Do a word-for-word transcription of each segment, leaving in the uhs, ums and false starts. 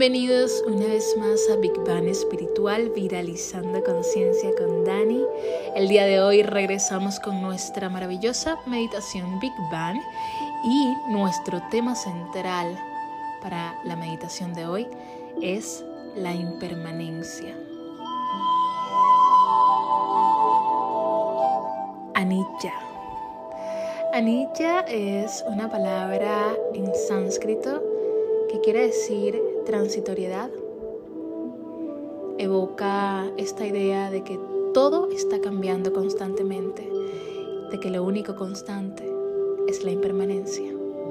Bienvenidos una vez más a Big Bang Espiritual, Viralizando Conciencia con Dani. El día de hoy regresamos con nuestra maravillosa meditación Big Bang y nuestro tema central para la meditación de hoy es la impermanencia. Anicca. Anicca es una palabra en sánscrito que quiere decir transitoriedad. Evoca esta idea de que todo está cambiando constantemente, de que lo único constante es la impermanencia.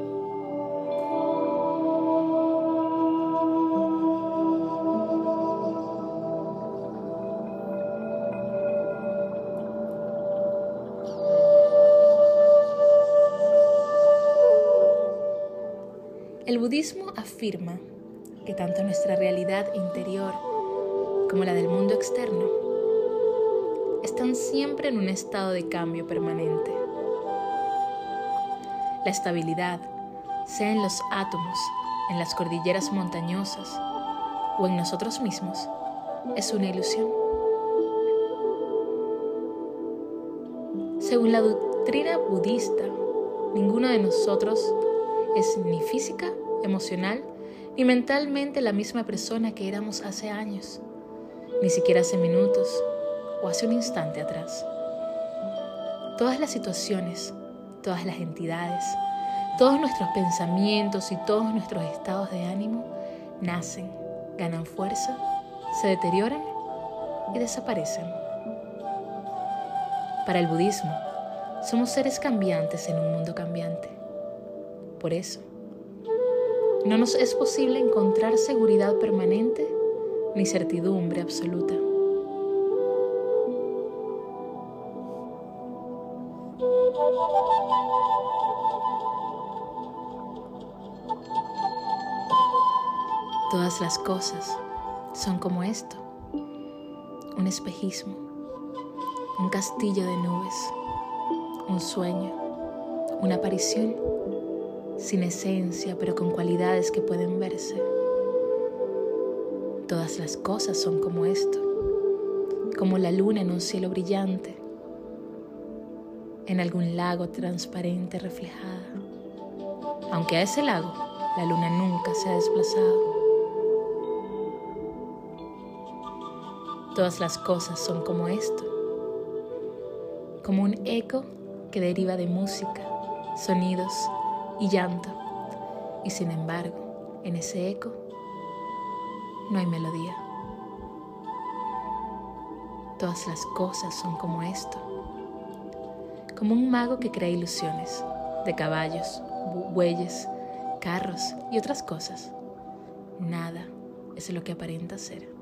El budismo afirma que tanto nuestra realidad interior como la del mundo externo están siempre en un estado de cambio permanente. La estabilidad, sea en los átomos, en las cordilleras montañosas o en nosotros mismos, es una ilusión. Según la doctrina budista, ninguno de nosotros es ni física, emocional, ni mentalmente la misma persona que éramos hace años, ni siquiera hace minutos o hace un instante atrás. Todas las situaciones, todas las entidades, todos nuestros pensamientos y todos nuestros estados de ánimo nacen, ganan fuerza, se deterioran y desaparecen. Para el budismo, somos seres cambiantes en un mundo cambiante. Por eso, no nos es posible encontrar seguridad permanente ni certidumbre absoluta. Todas las cosas son como esto, un espejismo, un castillo de nubes, un sueño, una aparición, sin esencia, pero con cualidades que pueden verse. Todas las cosas son como esto, como la luna en un cielo brillante, en algún lago transparente reflejada, aunque a ese lago la luna nunca se ha desplazado. Todas las cosas son como esto, como un eco que deriva de música, sonidos y llanto, y sin embargo, en ese eco no hay melodía. Todas las cosas son como esto, como un mago que crea ilusiones de caballos, bueyes, carros y otras cosas. Nada es lo que aparenta ser.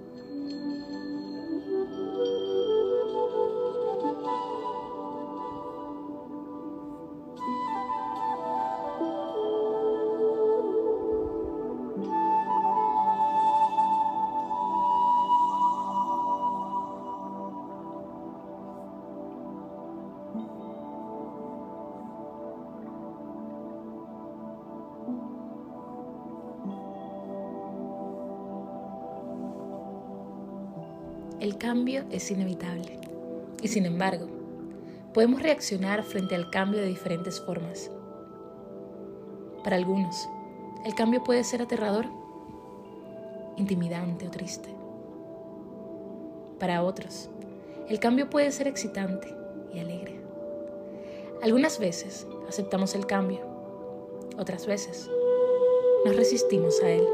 El cambio es inevitable y, sin embargo, podemos reaccionar frente al cambio de diferentes formas. Para algunos, el cambio puede ser aterrador, intimidante o triste. Para otros, el cambio puede ser excitante y alegre. Algunas veces aceptamos el cambio, otras veces nos resistimos a él.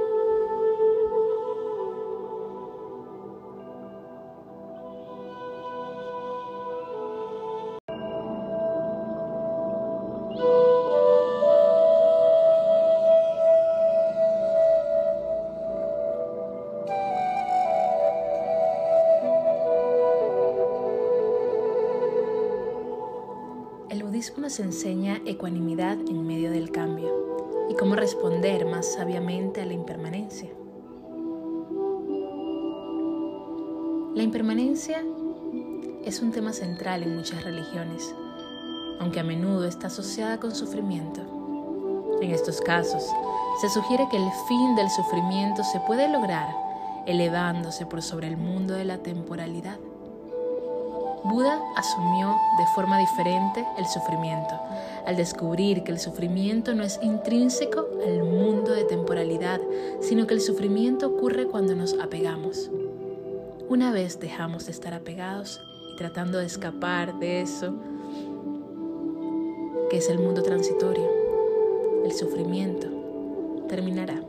El budismo nos enseña ecuanimidad en medio del cambio y cómo responder más sabiamente a la impermanencia. La impermanencia es un tema central en muchas religiones, aunque a menudo está asociada con sufrimiento. En estos casos, se sugiere que el fin del sufrimiento se puede lograr elevándose por sobre el mundo de la temporalidad. Buda asumió de forma diferente el sufrimiento, al descubrir que el sufrimiento no es intrínseco al mundo de temporalidad, sino que el sufrimiento ocurre cuando nos apegamos. Una vez dejamos de estar apegados y tratando de escapar de eso, que es el mundo transitorio, el sufrimiento terminará.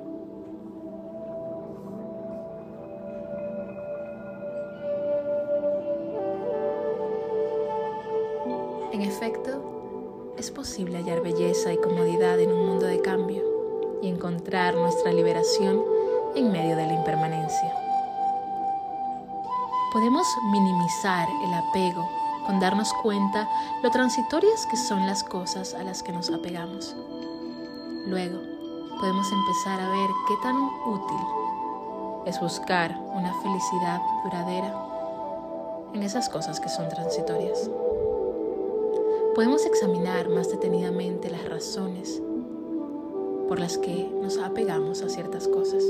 En efecto, es posible hallar belleza y comodidad en un mundo de cambio y encontrar nuestra liberación en medio de la impermanencia. Podemos minimizar el apego con darnos cuenta lo transitorias que son las cosas a las que nos apegamos. Luego, podemos empezar a ver qué tan útil es buscar una felicidad duradera en esas cosas que son transitorias. Podemos examinar más detenidamente las razones por las que nos apegamos a ciertas cosas.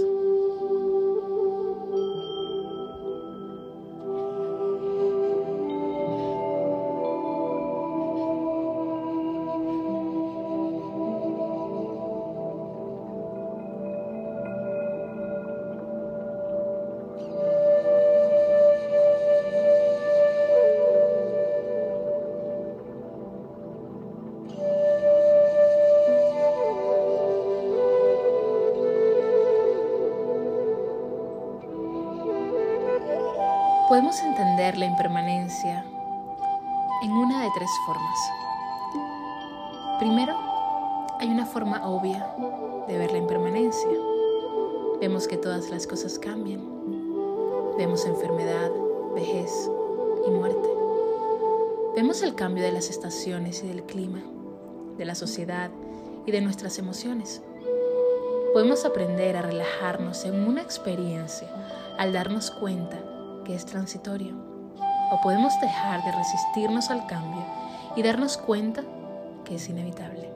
Podemos entender la impermanencia en una de tres formas. Primero, hay una forma obvia de ver la impermanencia. Vemos que todas las cosas cambian. Vemos enfermedad, vejez y muerte. Vemos el cambio de las estaciones y del clima, de la sociedad y de nuestras emociones. Podemos aprender a relajarnos en una experiencia al darnos cuenta que es transitorio, o podemos dejar de resistirnos al cambio y darnos cuenta que es inevitable.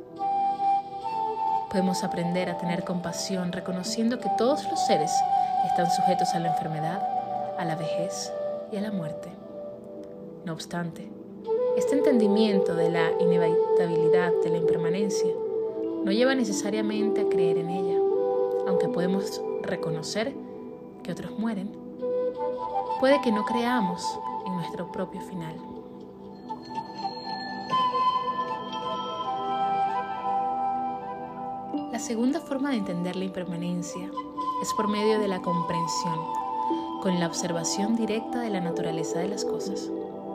Podemos aprender a tener compasión reconociendo que todos los seres están sujetos a la enfermedad, a la vejez y a la muerte. No obstante, este entendimiento de la inevitabilidad de la impermanencia no lleva necesariamente a creer en ella, aunque podemos reconocer que otros mueren. Puede que no creamos en nuestro propio final. La segunda forma de entender la impermanencia es por medio de la comprensión, con la observación directa de la naturaleza de las cosas.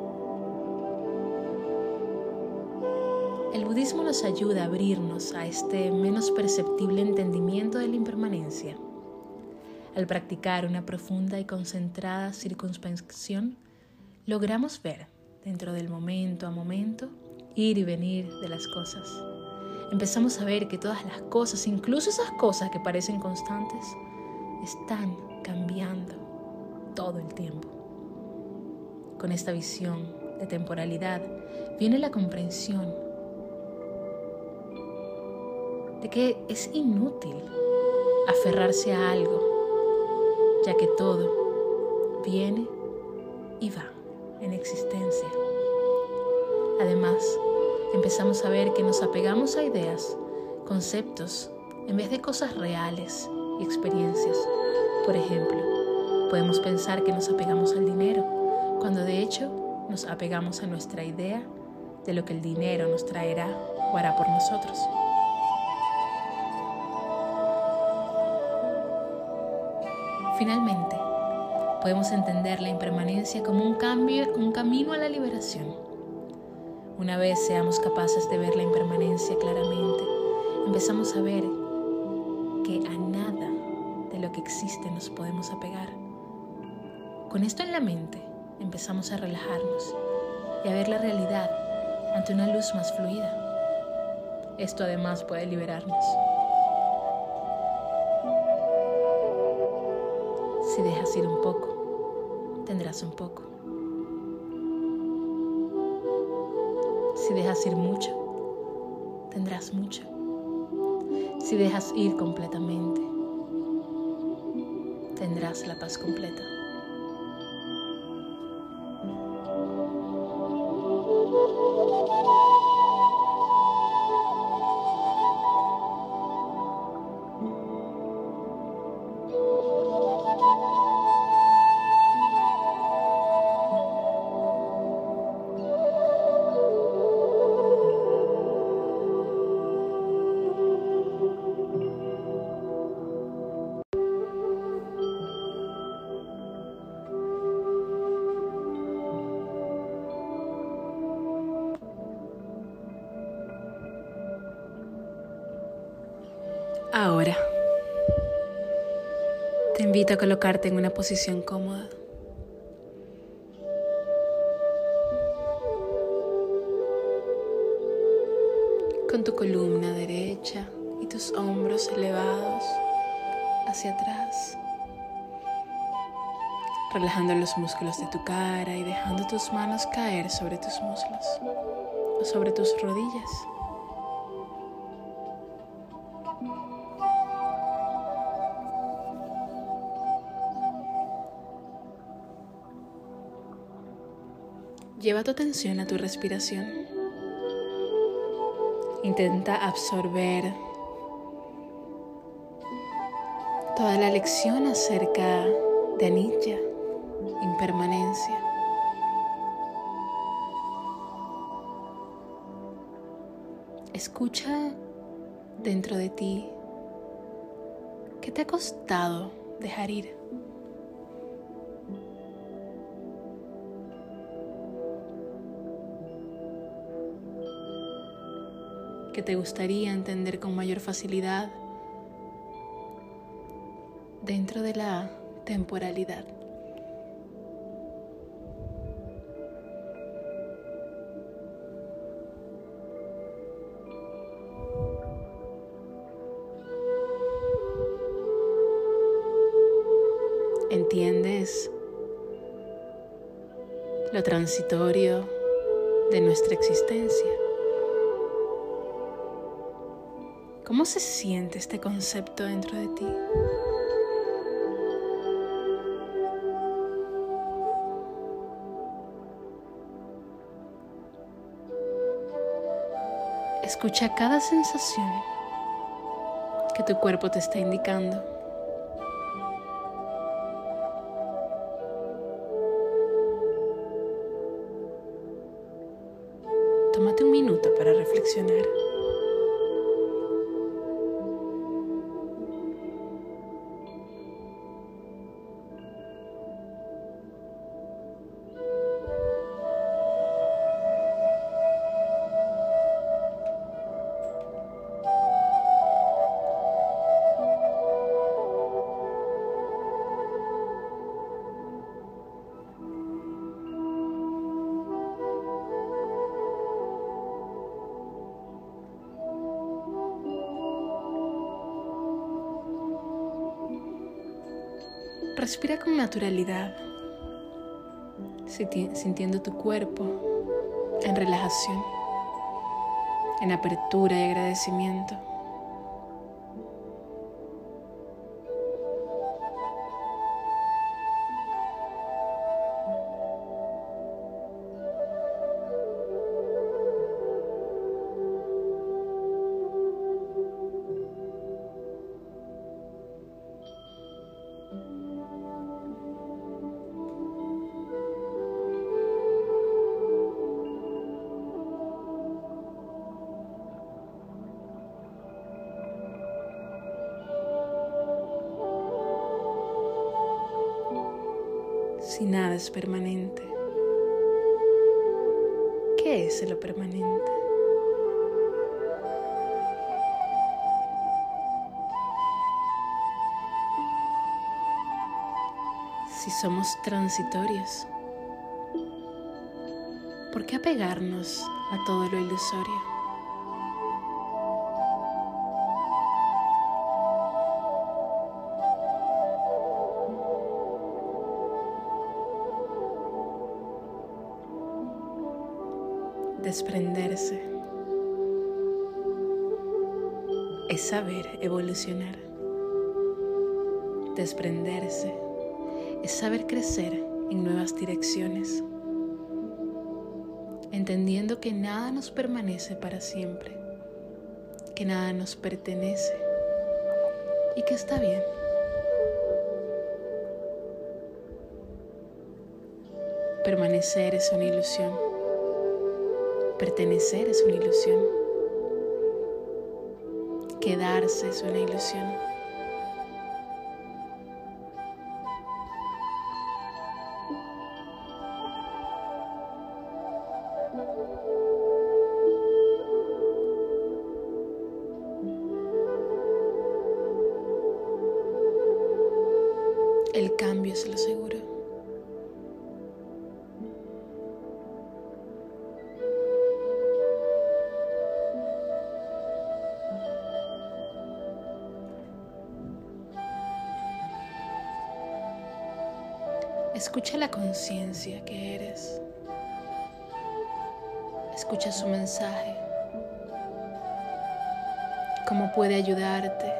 El budismo nos ayuda a abrirnos a este menos perceptible entendimiento de la impermanencia. Al practicar una profunda y concentrada circunspección, logramos ver, dentro del momento a momento, ir y venir de las cosas. Empezamos a ver que todas las cosas, incluso esas cosas que parecen constantes, están cambiando todo el tiempo. Con esta visión de temporalidad viene la comprensión de que es inútil aferrarse a algo, ya que todo viene y va en existencia. Además, empezamos a ver que nos apegamos a ideas, conceptos, en vez de cosas reales y experiencias. Por ejemplo, podemos pensar que nos apegamos al dinero, cuando de hecho nos apegamos a nuestra idea de lo que el dinero nos traerá o hará por nosotros. Finalmente, podemos entender la impermanencia como un cambio, un camino a la liberación. Una vez seamos capaces de ver la impermanencia claramente, empezamos a ver que a nada de lo que existe nos podemos apegar. Con esto en la mente, empezamos a relajarnos y a ver la realidad ante una luz más fluida. Esto además puede liberarnos. Si dejas ir un poco, tendrás un poco. Si dejas ir mucho, tendrás mucho. Si dejas ir completamente, tendrás la paz completa. Ahora, te invito a colocarte en una posición cómoda. Con tu columna derecha y tus hombros elevados hacia atrás. Relajando los músculos de tu cara y dejando tus manos caer sobre tus muslos o sobre tus rodillas. Lleva tu atención a tu respiración. Intenta absorber toda la lección acerca de anicca, impermanencia. Escucha dentro de ti qué te ha costado dejar ir. Que te gustaría entender con mayor facilidad dentro de la temporalidad. ¿Entiendes lo transitorio de nuestra existencia? ¿Cómo se siente este concepto dentro de ti? Escucha cada sensación que tu cuerpo te está indicando. Tómate un minuto para reflexionar. Respira con naturalidad, sintiendo tu cuerpo en relajación, en apertura y agradecimiento. Si nada es permanente, ¿qué es lo permanente? Si somos transitorios, ¿por qué apegarnos a todo lo ilusorio? Desprenderse es es saber evolucionar. Desprenderse es saber crecer en nuevas direcciones, entendiendo que nada nos permanece para siempre, que nada nos pertenece y que está bien. Permanecer es una ilusión. Pertenecer es una ilusión. Quedarse es una ilusión. El cambio es lo seguro. Escucha la conciencia que eres. Escucha su mensaje. Cómo puede ayudarte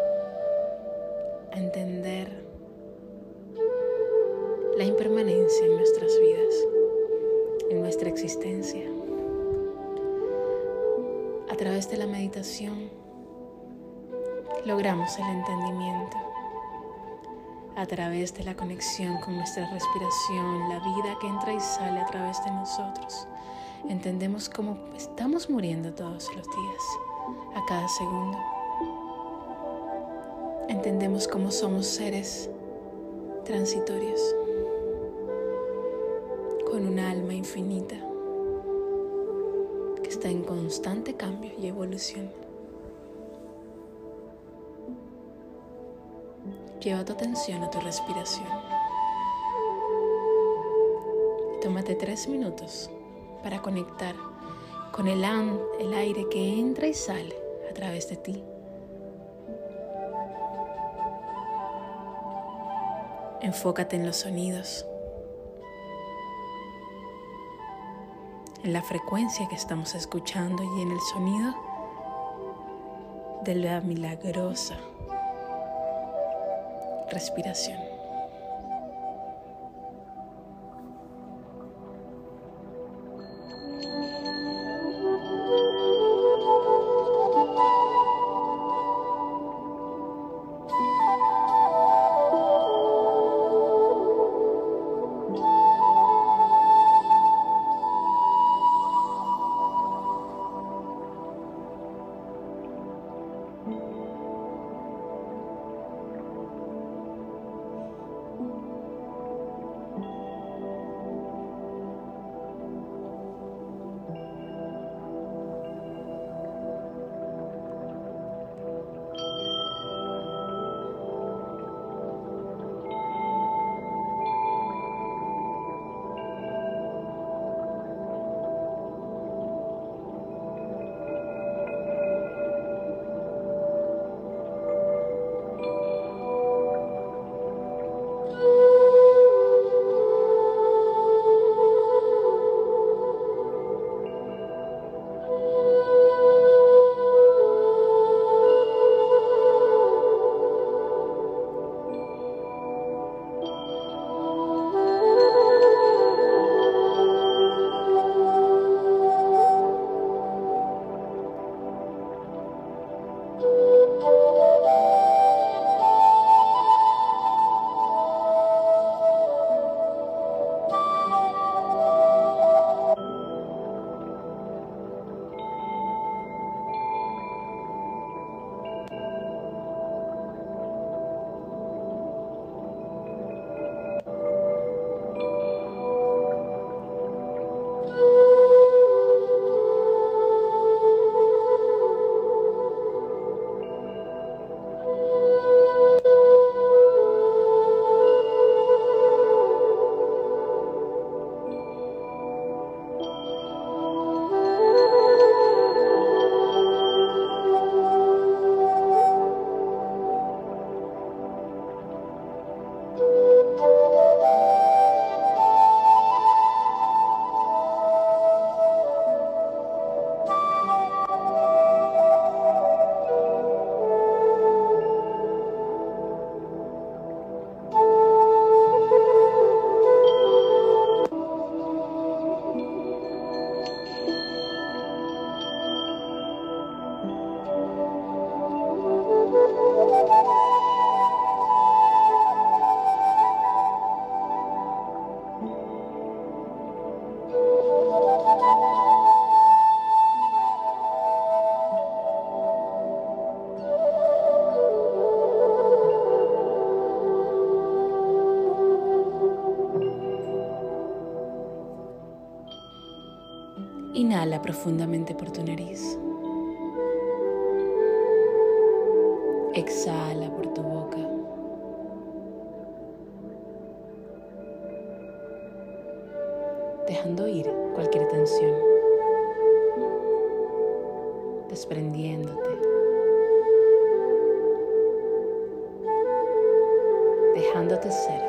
a entender la impermanencia en nuestras vidas, en nuestra existencia. A través de la meditación logramos el entendimiento. A través de la conexión con nuestra respiración, la vida que entra y sale a través de nosotros, entendemos cómo estamos muriendo todos los días, a cada segundo. Entendemos cómo somos seres transitorios, con un alma infinita que está en constante cambio y evolución. Lleva tu atención a tu respiración. Tómate tres minutos para conectar con el, el aire que entra y sale a través de ti. Enfócate en los sonidos, en la frecuencia que estamos escuchando y en el sonido de la milagrosa respiración. Inhala profundamente por tu nariz. Exhala por tu boca. Dejando ir cualquier tensión. Desprendiéndote. Dejándote ser.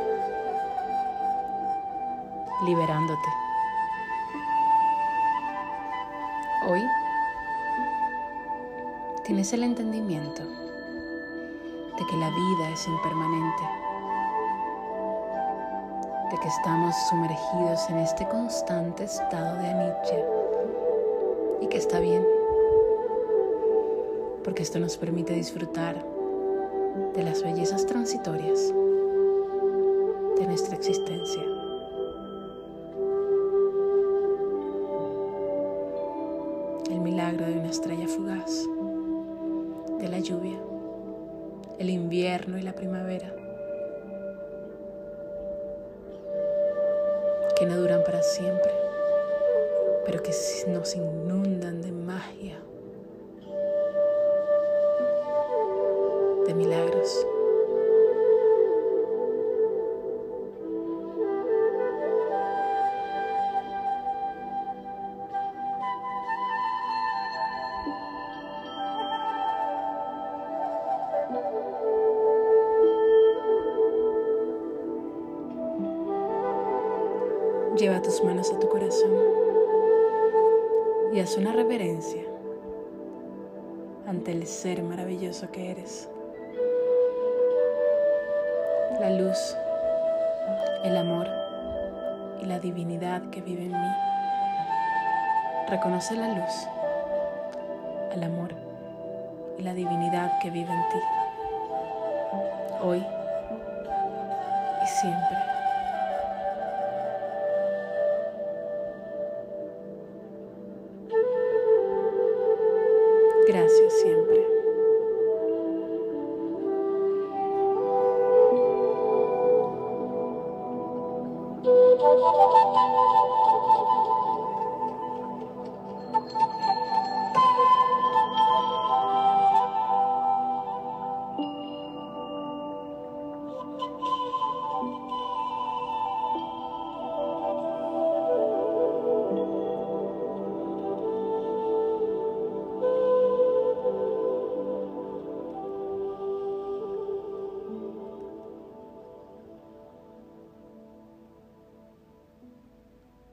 Liberándote. Hoy tienes el entendimiento de que la vida es impermanente, de que estamos sumergidos en este constante estado de anicca y que está bien, porque esto nos permite disfrutar de las bellezas transitorias de nuestra existencia. El milagro de una estrella fugaz, de la lluvia, el invierno y la primavera, que no duran para siempre, pero que nos inundan de magia, de milagros. Lleva tus manos a tu corazón y haz una reverencia ante el ser maravilloso que eres. La luz, el amor y la divinidad que vive en mí. Reconoce la luz, el amor y la divinidad que vive en ti, hoy y siempre. Gracias siempre.